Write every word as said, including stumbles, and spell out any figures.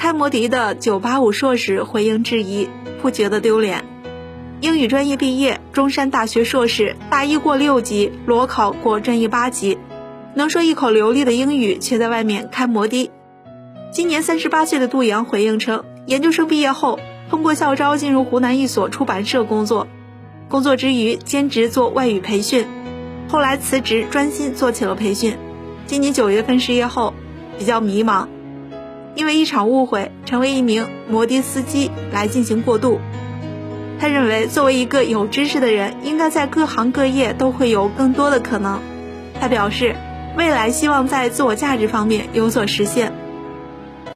开摩迪的九八五硕士回应质疑，不觉得丢脸。英语专业毕业，中山大学硕士，大一过六级，裸考过专业八级，能说一口流利的英语，却在外面开摩的。今年三十八岁的杜阳回应称，研究生毕业后通过校招进入湖南一所出版社工作，工作之余兼职做外语培训，后来辞职专心做起了培训。今年九月份失业后比较迷茫，因为一场误会成为一名摩的司机来进行过渡。他认为作为一个有知识的人，应该在各行各业都会有更多的可能。他表示未来希望在自我价值方面有所实现。